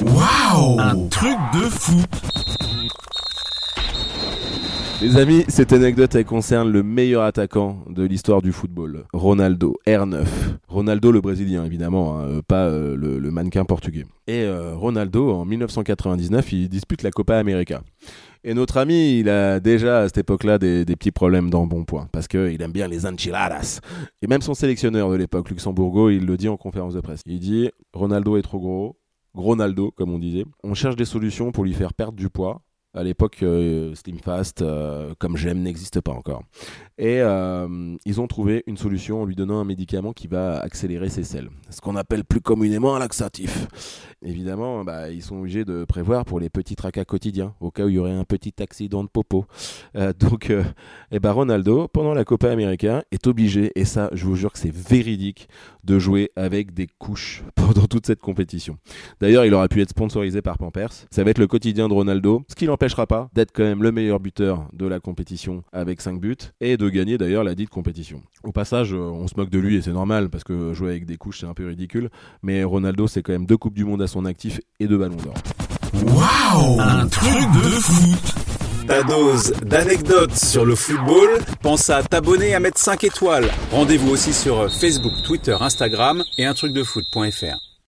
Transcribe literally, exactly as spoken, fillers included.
Waouh, un truc de fou. Les amis, cette anecdote elle concerne le meilleur attaquant de l'histoire du football, Ronaldo, R neuf. Ronaldo le brésilien évidemment, hein, pas euh, le, le mannequin portugais. Et euh, Ronaldo en dix-neuf cent quatre-vingt-dix-neuf il dispute la Copa América. Et notre ami, il a déjà à cette époque-là des, des petits problèmes d'embonpoint parce qu'il aime bien les enchiladas. Et même son sélectionneur de l'époque, Luxembourgo, il le dit en conférence de presse. Il dit « Ronaldo est trop gros, Gronaldo comme on disait. On cherche des solutions pour lui faire perdre du poids. » À l'époque, euh, Slim Fast, euh, comme j'aime, n'existe pas encore. Et euh, ils ont trouvé une solution en lui donnant un médicament qui va accélérer ses selles. Ce qu'on appelle plus communément un laxatif. Évidemment, bah, ils sont obligés de prévoir pour les petits tracas quotidiens, au cas où il y aurait un petit accident de popo. Euh, donc, euh, et bah Ronaldo, pendant la Copa América, est obligé, et ça, je vous jure que c'est véridique, de jouer avec des couches pendant toute cette compétition. D'ailleurs, il aurait pu être sponsorisé par Pampers. Ça va être le quotidien de Ronaldo, ce qui l'empêchera pas d'être quand même le meilleur buteur de la compétition avec cinq buts et de gagner d'ailleurs la dite compétition. Au passage, on se moque de lui et c'est normal parce que jouer avec des couches c'est un peu ridicule, mais Ronaldo c'est quand même deux coupes du monde à son actif et deux ballons d'or. Waouh, un truc de foot. Ta dose d'anecdotes sur le football, pense à t'abonner et à mettre cinq étoiles. Rendez-vous aussi sur Facebook, Twitter, Instagram et un truc de foot point f r.